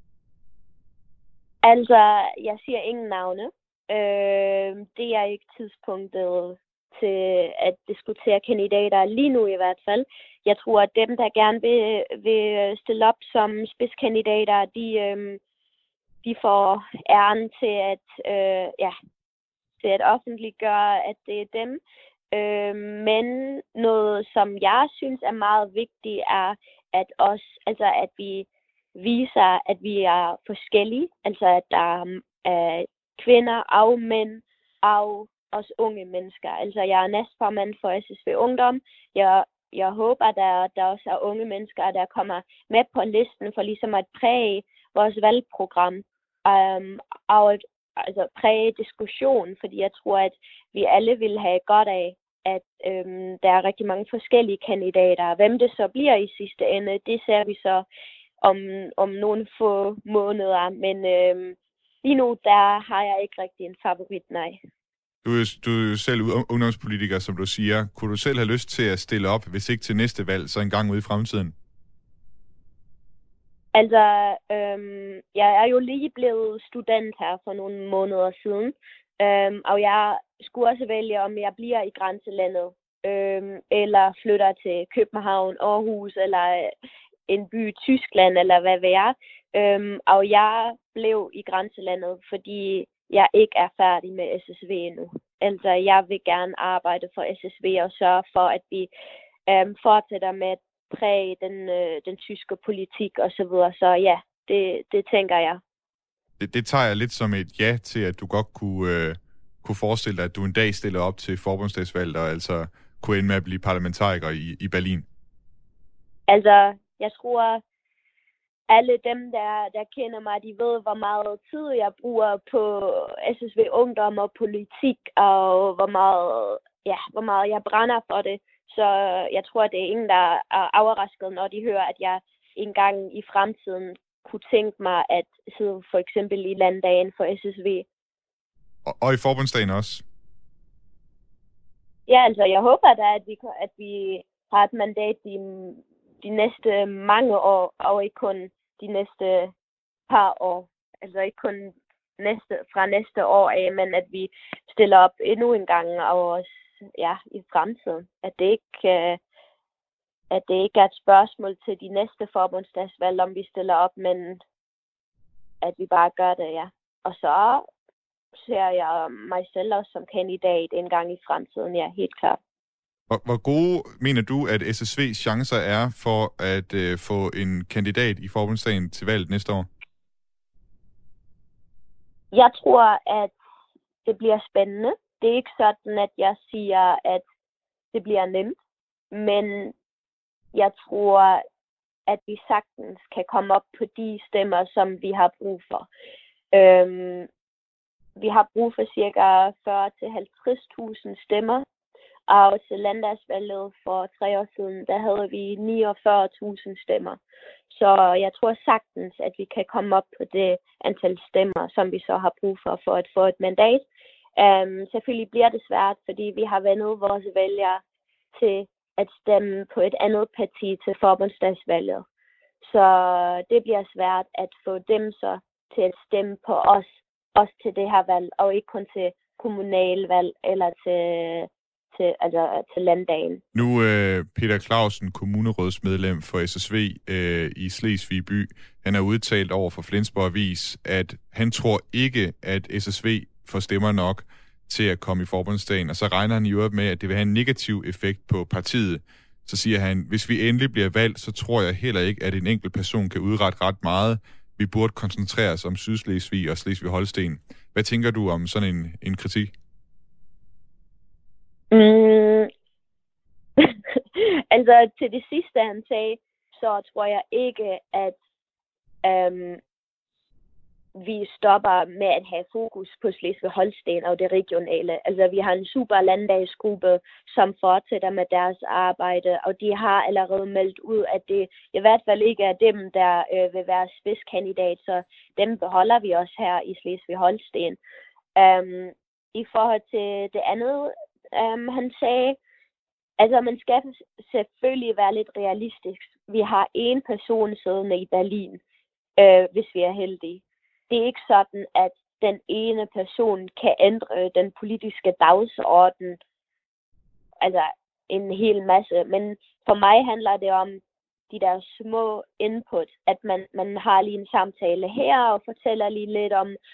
Altså, jeg siger ingen navne. Det er ikke tidspunktet til at diskutere kandidater lige nu i hvert fald. Jeg tror, at dem, der gerne vil stille op som spidskandidater, de får æren til at offentliggøre, at det er dem. Men noget, som jeg synes er meget vigtigt, er at vi viser, at vi er forskellige. Altså, at der er kvinder og mænd og også unge mennesker. Altså, jeg er næstformand for SSV Ungdom. Jeg håber, der også er unge mennesker, der kommer med på listen for ligesom at præge vores valgprogram og præge diskussion, fordi jeg tror, at vi alle vil have godt af, at der er rigtig mange forskellige kandidater. Hvem det så bliver i sidste ende, det ser vi så om nogle få måneder, men lige nu, der har jeg ikke rigtig en favorit, nej. Du er jo selv ungdomspolitiker, som du siger. Kunne du selv have lyst til at stille op, hvis ikke til næste valg, så en gang ude i fremtiden? Altså, jeg er jo lige blevet student her for nogle måneder siden, og jeg skulle også vælge, om jeg bliver i grænselandet, eller flytter til København, Aarhus, eller en by i Tyskland, eller hvad ved jeg. Og jeg blev i grænselandet, fordi jeg ikke er færdig med SSV endnu. Altså, jeg vil gerne arbejde for SSV og sørge for, at vi fortsætter med at præge den tyske politik og så videre. Så ja, det tænker jeg. Det tager jeg lidt som et ja til, at du godt kunne forestille dig, at du en dag stiller op til forbundsdagsvalget og altså kunne ende med at blive parlamentariker i Berlin. Altså, jeg tror, alle dem, der kender mig, de ved, hvor meget tid jeg bruger på SSV Ungdom og politik, og hvor meget jeg brænder for det. Så jeg tror, det er ingen, der er overrasket, når de hører, at jeg engang i fremtiden kunne tænke mig at sidde for eksempel i landdagen for SSV. Og i forbundsdagen også? Ja, altså jeg håber da, at vi har et mandat de næste mange år, og ikke kun de næste par år. Altså ikke kun fra næste år af, men at vi stiller op endnu en gang, og også i fremtiden. At det ikke er et spørgsmål til de næste forbundsdagsvalg, om vi stiller op, men at vi bare gør det, ja. Og så ser jeg mig selv også som kandidat en gang i fremtiden, ja, helt klart. Hvor gode mener du, at SSV's chancer er for at få en kandidat i forbundsdagen til valget næste år? Jeg tror, at det bliver spændende. Det er ikke sådan, at jeg siger, at det bliver nemt, men jeg tror, at vi sagtens kan komme op på de stemmer, som vi har brug for. Vi har brug for ca. 40.000-50.000 stemmer, og til landdagsvalget for 3 år siden, der havde vi 49.000 stemmer. Så jeg tror sagtens, at vi kan komme op på det antal stemmer, som vi så har brug for at få et mandat. Selvfølgelig bliver det svært, fordi vi har vendt vores vælgere til at stemme på et andet parti til forbundsdagsvalget. Så det bliver svært at få dem så til at stemme på os, også til det her valg, og ikke kun til kommunalvalg eller til landdagen. Nu Peter Clausen, kommunerådsmedlem for SSV i Slesvig by, han har udtalt over for Flensborg Avis, at han tror ikke, at SSV får stemmer nok til at komme i forbundsdagen, og så regner han i øvrigt med, at det vil have en negativ effekt på partiet. Så siger han, hvis vi endelig bliver valgt, så tror jeg heller ikke, at en enkelt person kan udrette ret meget. Vi burde koncentrere os om Sydslesvig og Slesvig-Holsten. Hvad tænker du om sådan en kritik? Altså til det sidste, han sagde, så tror jeg ikke, at vi stopper med at have fokus på Slesvig-Holsten og det regionale. Altså vi har en super landdagsgruppe, som fortsætter med deres arbejde, og de har allerede meldt ud, at det i hvert fald ikke er dem, der vil være spidskandidat, så dem beholder vi også her i Slesvig-Holsten. I forhold til det andet, han sagde, altså man skal selvfølgelig være lidt realistisk. Vi har en person siddende i Berlin, hvis vi er heldige. Det er ikke sådan, at den ene person kan ændre den politiske dagsorden, altså en hel masse. Men for mig handler det om de der små input, at man har lige en samtale her og fortæller lige lidt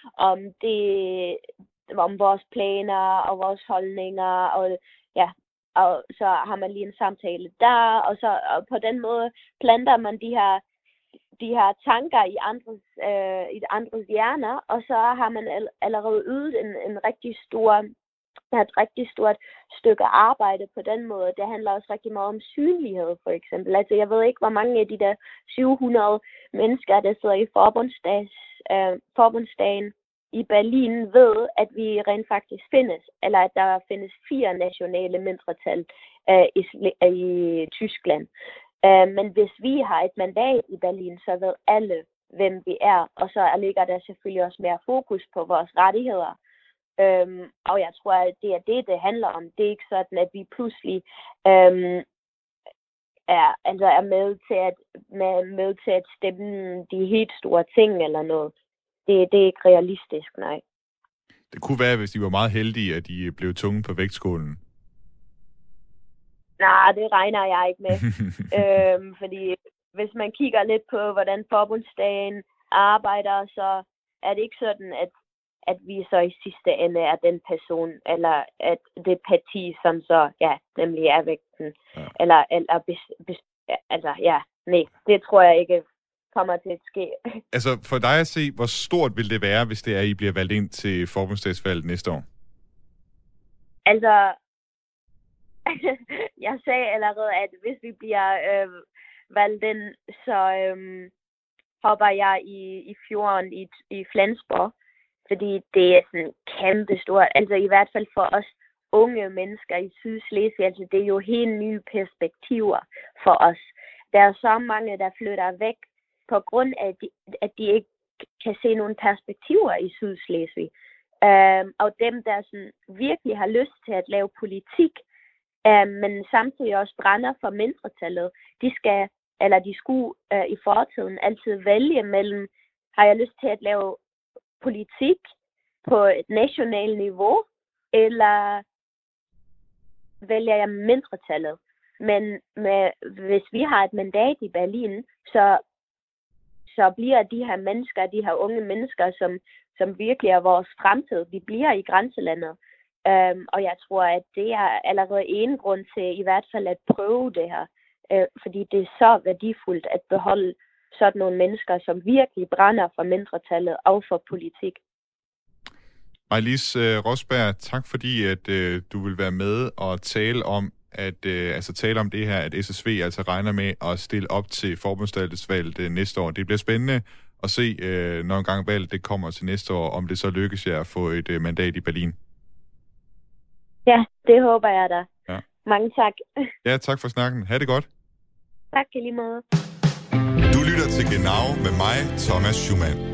om vores planer og vores holdninger, og så har man lige en samtale der, og på den måde planter man de her tanker i andres hjerner, og så har man allerede ydet et rigtig stort stykke arbejde på den måde. Det handler også rigtig meget om synlighed, for eksempel. Altså, jeg ved ikke, hvor mange af de der 700 mennesker, der sidder i forbundsdagen i Berlin, ved, at vi rent faktisk findes, eller at der findes 4 nationale mindretal i Tyskland. Men hvis vi har et mandat i Berlin, så ved alle, hvem vi er, og så ligger der selvfølgelig også mere fokus på vores rettigheder. Og jeg tror, at det er det handler om. Det er ikke sådan, at vi pludselig er med til at stemme de helt store ting eller noget. Det er ikke realistisk, nej. Det kunne være, hvis de var meget heldige, at de blev tunge på vægtskålen. Nej, det regner jeg ikke med. Fordi hvis man kigger lidt på, hvordan forbundsdagen arbejder, så er det ikke sådan, at vi så i sidste ende er den person, eller at det parti, som så, nemlig er vægten. Nej, det tror jeg ikke kommer til at ske. Altså, for dig at se, hvor stort vil det være, hvis det er, I bliver valgt ind til forbundsdagsvalget næste år? Altså, jeg sagde allerede, at hvis vi bliver valgt ind, hopper jeg i fjorden i Flensborg, fordi det er sådan kæmpestort. Altså i hvert fald for os unge mennesker i Sydslesvig, altså det er jo helt nye perspektiver for os. Der er så mange, der flytter væk på grund af, at de ikke kan se nogle perspektiver i Sydslesvig. Og dem, der sådan virkelig har lyst til at lave politik, men samtidig også brænder for mindretallet, de skulle i fortiden altid vælge mellem, har jeg lyst til at lave politik på et nationalt niveau, eller vælger jeg mindretallet. Men hvis vi har et mandat i Berlin, så bliver de her mennesker, de her unge mennesker, som virkelig er vores fremtid, de bliver i grænselandet. Og jeg tror, at det er allerede en grund til i hvert fald at prøve det her. Fordi det er så værdifuldt at beholde sådan nogle mennesker, som virkelig brænder for mindretallet og for politik. Maj-Lis Rosberg, tak fordi at du vil være med og tale om tale om det her, at SSV altså regner med at stille op til forbundsdagsvalget næste år. Det bliver spændende at se, når engang valget det kommer til næste år, om det så lykkes jer at få et mandat i Berlin. Ja, det håber jeg da. Ja. Mange tak. Ja, tak for snakken. Ha' det godt. Tak i lige måde. Du lytter til Genau med mig, Thomas Schumann.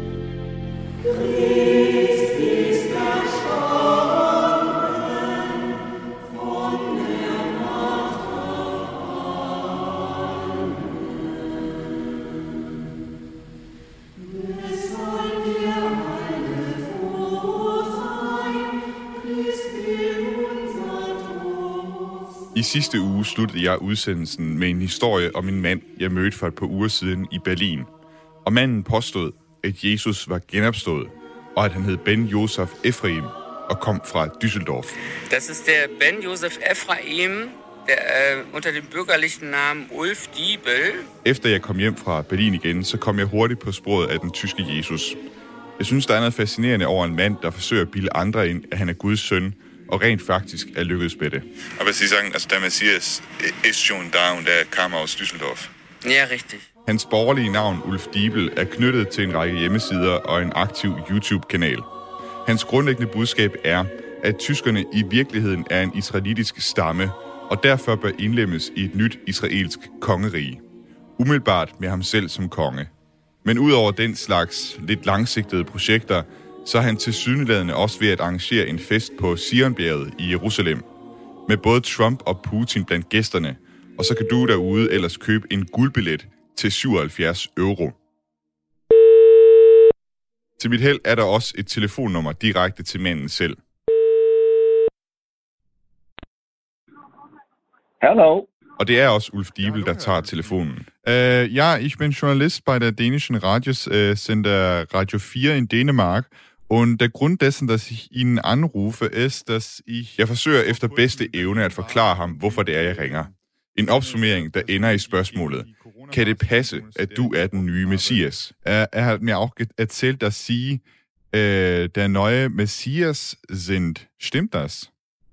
I sidste uge sluttede jeg udsendelsen med en historie om en mand, jeg mødte for et par uger siden i Berlin. Og manden påstod, at Jesus var genopstået, og at han hed Ben Josef Ephraim og kom fra Düsseldorf. Das ist der Ben Josef Ephraim, der unter dem bürgerlichen Namen Ulf Diebel. Efter jeg kom hjem fra Berlin igen, så kom jeg hurtigt på sporet af den tyske Jesus. Jeg synes, der er noget fascinerende over en mand, der forsøger at bilde andre ind, at han er Guds søn, og rent faktisk er lykkedes med det. Aber Sie sagen, also der Messias ist schon da und der kam aus Düsseldorf. Ja, richtig. Hans borgerlige navn, Ulf Diebel, er knyttet til en række hjemmesider og en aktiv YouTube-kanal. Hans grundlæggende budskab er, at tyskerne i virkeligheden er en israelitisk stamme, og derfor bør indlemmes i et nyt israelsk kongerige. Umiddelbart med ham selv som konge. Men udover den slags lidt langsigtede projekter, så er han tilsyneladende også ved at arrangere en fest på Sionbjerget i Jerusalem. Med både Trump og Putin blandt gæsterne, og så kan du derude ellers købe en guldbillet til 77 euro. Til mit held er der også et telefonnummer direkte til manden selv. Hello. Og det er også Ulf Diebel, der tager telefonen. Ich bin Journalist bei der dänischen Radiosender Radio 4 in Dänemark. Und der Grund dessen, dass ich Ihnen anrufe, ist, dass jeg forsøger efter bedste evne at forklare ham, hvorfor det er, jeg ringer. En opsummering, der ender i spørgsmålet. Kan det passe, at du er den nye Messias? Hat mir auch erzählt, dass Sie der neue Messias sind. Stimmt das?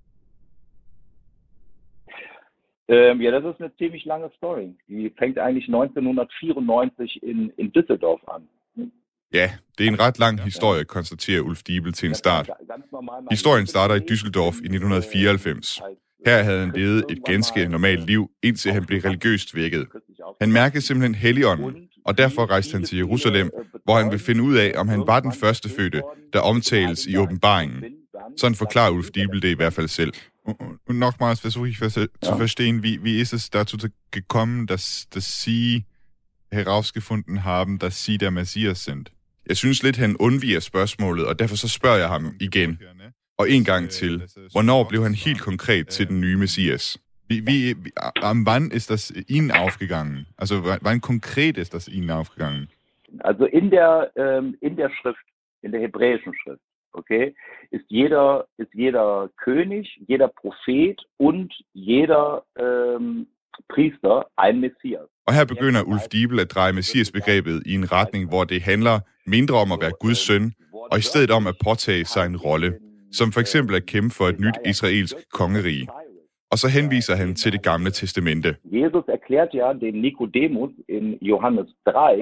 Ja, das ist eine ziemlich lange Story. Die fängt eigentlich 1994 in Düsseldorf an. Ja, det er en ret lang historie, konstaterer Ulf Diebel til en start. Historien starter i Düsseldorf i 1994. Her havde han levet et ganske normalt liv, indtil han blev religiøst vækket. Han mærkede simpelthen Helligånden, og derfor rejste han til Jerusalem, hvor han vil finde ud af, om han var den førstefødte, der omtales i åbenbaringen. Sådan forklarer Ulf Diebel det i hvert fald selv. Nochmals versuche ich zu verstehen, wie ist es dazu gekommen, dass Sie herausgefunden haben, dass Sie der Messias sind? Jeg synes lidt, han undviger spørgsmålet, og derfor så spørger jeg ham igen. Og en gang til. Hvornår blev han helt konkret til den nye Messias? Am wann ist das Ihnen aufgegangen? Also wann konkret ist das Ihnen aufgegangen? Also in der Schrift, in der hebräischen Schrift, okay, ist jeder König, jeder Prophet und jeder Priester ein Messias. Og her begynder Ulf Diebel at dreje Messias-begrebet i en retning, hvor det handler mindre om at være Guds søn, og i stedet om at påtage sig en rolle, som for eksempel at kæmpe for et nyt israelsk kongerige. Og så henviser han til det gamle testamente. Jesus erklært ja den Nikodemus in Johannes 3,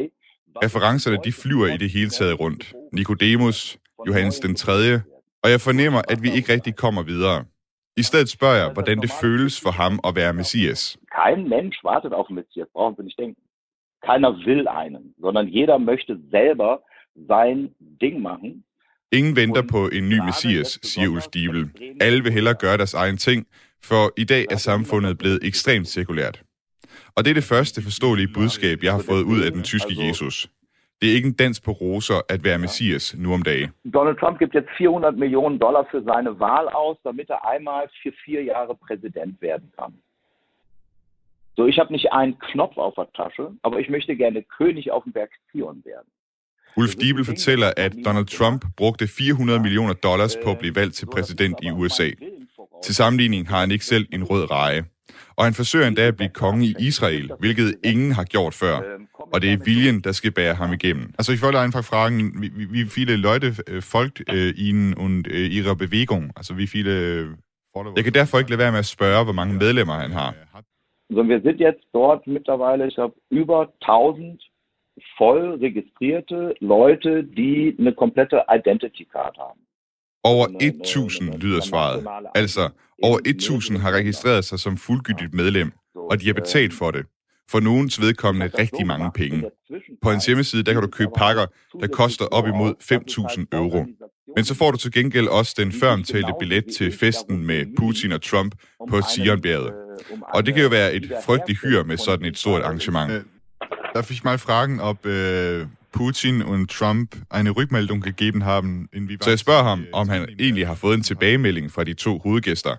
Referencerne, de flyver i det hele taget rundt. Nicodemus, Johannes den 3., og jeg fornemmer, at vi ikke rigtig kommer videre. I stedet spørger jeg, hvordan det føles for ham at være Messias. Kein Mensch wartet auf Messias, brauchen Sie nicht denken. Keiner will einen, sondern jeder möchte selber sein Ding machen. Ingen venter på en ny Messias, siger Ulf Diebel. Alle vil hellere gøre deres egen ting, for i dag er samfundet blevet ekstremt sekulært. Og det er det første forståelige budskab, jeg har fået ud af den tyske Jesus. Det er ikke en dans på roser at være Messias nu om dagen. Donald Trump gibt jetzt $400 Millionen für seine Wahl aus, damit einmal für 4 Jahre Präsident werden kann. So, ich habe nicht einen Knopf auf der Tasche, aber ich möchte gerne König auf dem Berg Zion werden. Ulf Diebel fortæller, at Donald Trump brugte $400 millioner på at blive valgt til præsident i USA. Til sammenligning har han ikke selv en rød reje. Og han forsøger endda at blive konge i Israel, hvilket ingen har gjort før. Og det er viljen, der skal bære ham igennem. Altså, ich wollte einfach fragen, wie viele Leute folgt Ihnen und Ihrer Bewegung? Altså, wie viele Follower? Jeg kan derfor ikke lade være med at spørge, hvor mange medlemmer han har. So, wir sind jetzt dort mittlerweile, ich habe über 1000 voll registrierte Leute, die eine komplette Identity Card haben. Over 1.000 lyder svaret. Altså, over 1.000 har registreret sig som fuldgyldigt medlem, og de har betalt for det. For nogens vedkommende rigtig mange penge. På hans hjemmeside, der kan du købe pakker, der koster op imod 5.000 euro. Men så får du til gengæld også den føromtalte billet til festen med Putin og Trump på Sionbjerget. Og det kan jo være et frygteligt hyr med sådan et stort arrangement. Darf ich mal fragen, ob Putin und Trump eine Rückmeldung gegeben haben? Så jeg spørger ham, om han egentlig har fået en tilbagemelding fra de to hovedgæster.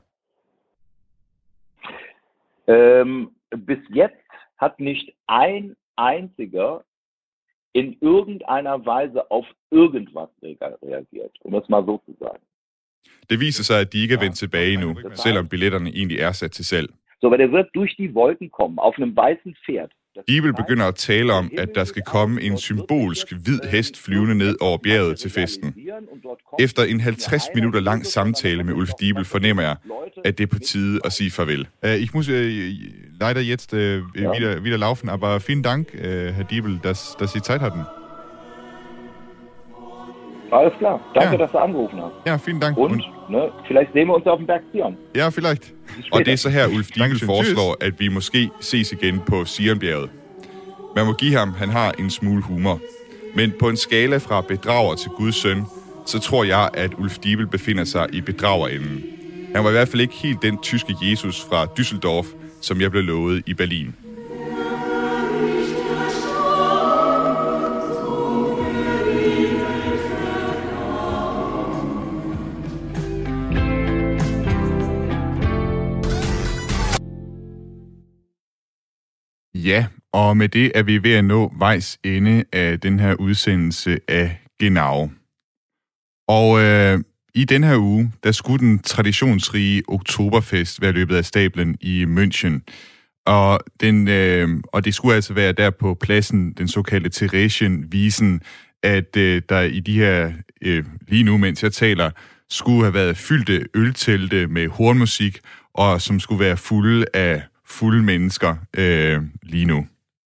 Bis jetzt hat nicht ein einziger in irgendeiner Weise auf irgendwas reagiert, um es mal so zu sagen. Det viser sig, at de ikke er vendt tilbage nu, selvom billetterne egentlig er sat til salg. So, weil der wird durch die Wolken kommen, auf einem weißen Pferd. Diebel begynder at tale om, at der skal komme en symbolsk hvid hest flyvende ned over bjerget til festen. Efter en 50 minutter lang samtale med Ulf Diebel fornemmer jeg, at det er på tide at sige farvel. Ich muss leider jetzt wieder laufen, aber vielen Dank, Herr Diebel, dass Sie Zeit hatten. Alles klar. Danke, dass du angerufen hast. Ja, vielen Dank. Und vielleicht sehen wir uns auf dem Berg Zion. Ja, vielleicht. Og det er så her, Ulf Diebel foreslår, at vi måske ses igen på Sionbjerget. Man må give ham, han har en smule humor. Men på en skala fra bedrager til Guds søn, så tror jeg, at Ulf Diebel befinder sig i bedragerenden. Han var i hvert fald ikke helt den tyske Jesus fra Düsseldorf, som jeg blev lovet i Berlin. Ja, og med det er vi ved at nå vejs ende af den her udsendelse af Genau. Og i den her uge, der skulle den traditionsrige Oktoberfest være løbet af stablen i München. Og det skulle altså være der på pladsen, den såkaldte Theresienwiesen, at der i de her, lige nu mens jeg taler, skulle have været fyldte øltelte med hornmusik, og som skulle være fulde mennesker lige nu.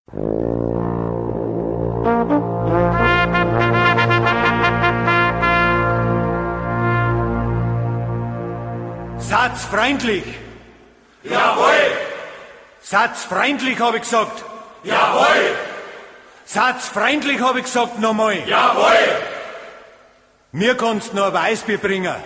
Satzfreundlich! Jawohl! Satzfreundlich, habe ich gesagt! Jawohl! Satzfreundlich, habe ich gesagt nochmal! Jawohl! Mir kannst noch ein Weißbier bringen.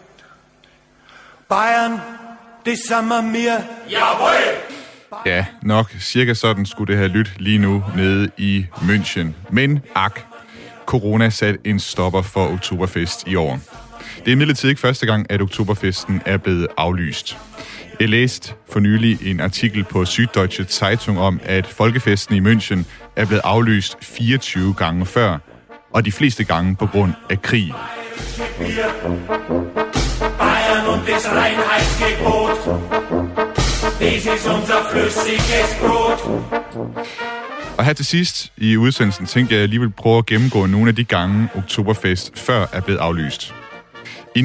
Bayern, det samme mir. Jawohl! Ja, nok cirka sådan skulle det have lyttet lige nu nede i München. Men corona satte en stopper for Oktoberfest i år. Det er imidlertid ikke første gang, at Oktoberfesten er blevet aflyst. Jeg læste for nylig en artikel på Süddeutsche Zeitung om, at folkefesten i München er blevet aflyst 24 gange før, og de fleste gange på grund af krig. Bayern und das Reinheitsgebot, das ist unser flüssiges Brot. Og her til sidst i udsendelsen tænkte jeg alligevel prøve at gennemgå nogle af de gange Oktoberfest før er blevet aflyst. I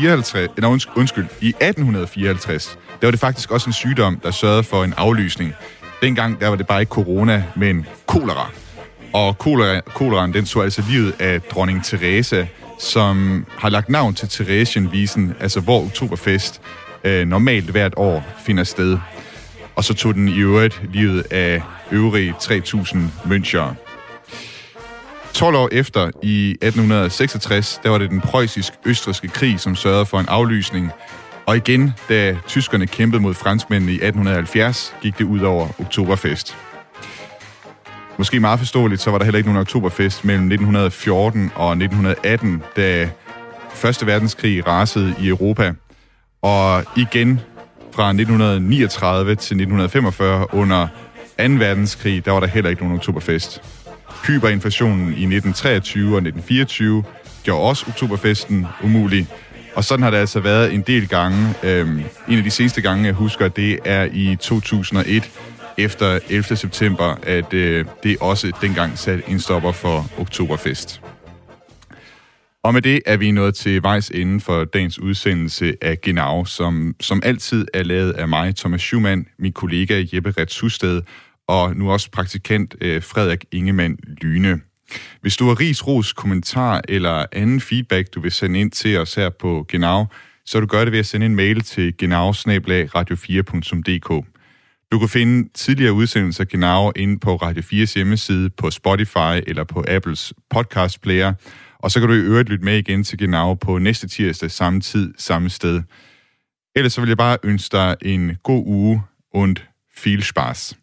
1854, der var det faktisk også en sygdom, der sørgede for en aflysning. Dengang der var det bare ikke corona, men kolera. Og koleraen, den så altså livet af dronning Teresa, som har lagt navn til Theresienwiesen, altså hvor Oktoberfest normalt hvert år finder sted. Og så tog den i øvrigt livet af øvrige 3.000 møncher. 12 år efter, i 1866, der var det den preussisk-østrigske krig, som sørgede for en aflysning. Og igen, da tyskerne kæmpede mod franskmændene i 1870, gik det ud over Oktoberfest. Måske meget forståeligt, så var der heller ikke nogen Oktoberfest mellem 1914 og 1918, da Første Verdenskrig rasede i Europa. Og igen fra 1939 til 1945 under 2. verdenskrig, der var der heller ikke nogen Oktoberfest. Hyperinflationen i 1923 og 1924 gjorde også Oktoberfesten umulig. Og sådan har det altså været en del gange. En af de seneste gange, jeg husker, det er i 2001, efter 11. september, at det også dengang satte en stopper for Oktoberfest. Og med det er vi nået til vejs ende for dagens udsendelse af Genau, som altid er lavet af mig, Thomas Schumann, min kollega Jeppe Retz Husted, og nu også praktikant Frederik Ingemann Lyne. Hvis du har ris, ros, kommentar eller anden feedback, du vil sende ind til os her på Genau, så du gør det ved at sende en mail til genau@radio4.dk. Du kan finde tidligere udsendelser af Genau inde på Radio 4's hjemmeside, på Spotify eller på Apples podcast player. Og så kan du i øvrigt lytte med igen til Genau på næste tirsdag, samme tid, samme sted. Ellers så vil jeg bare ønske dig en god uge und viel Spaß.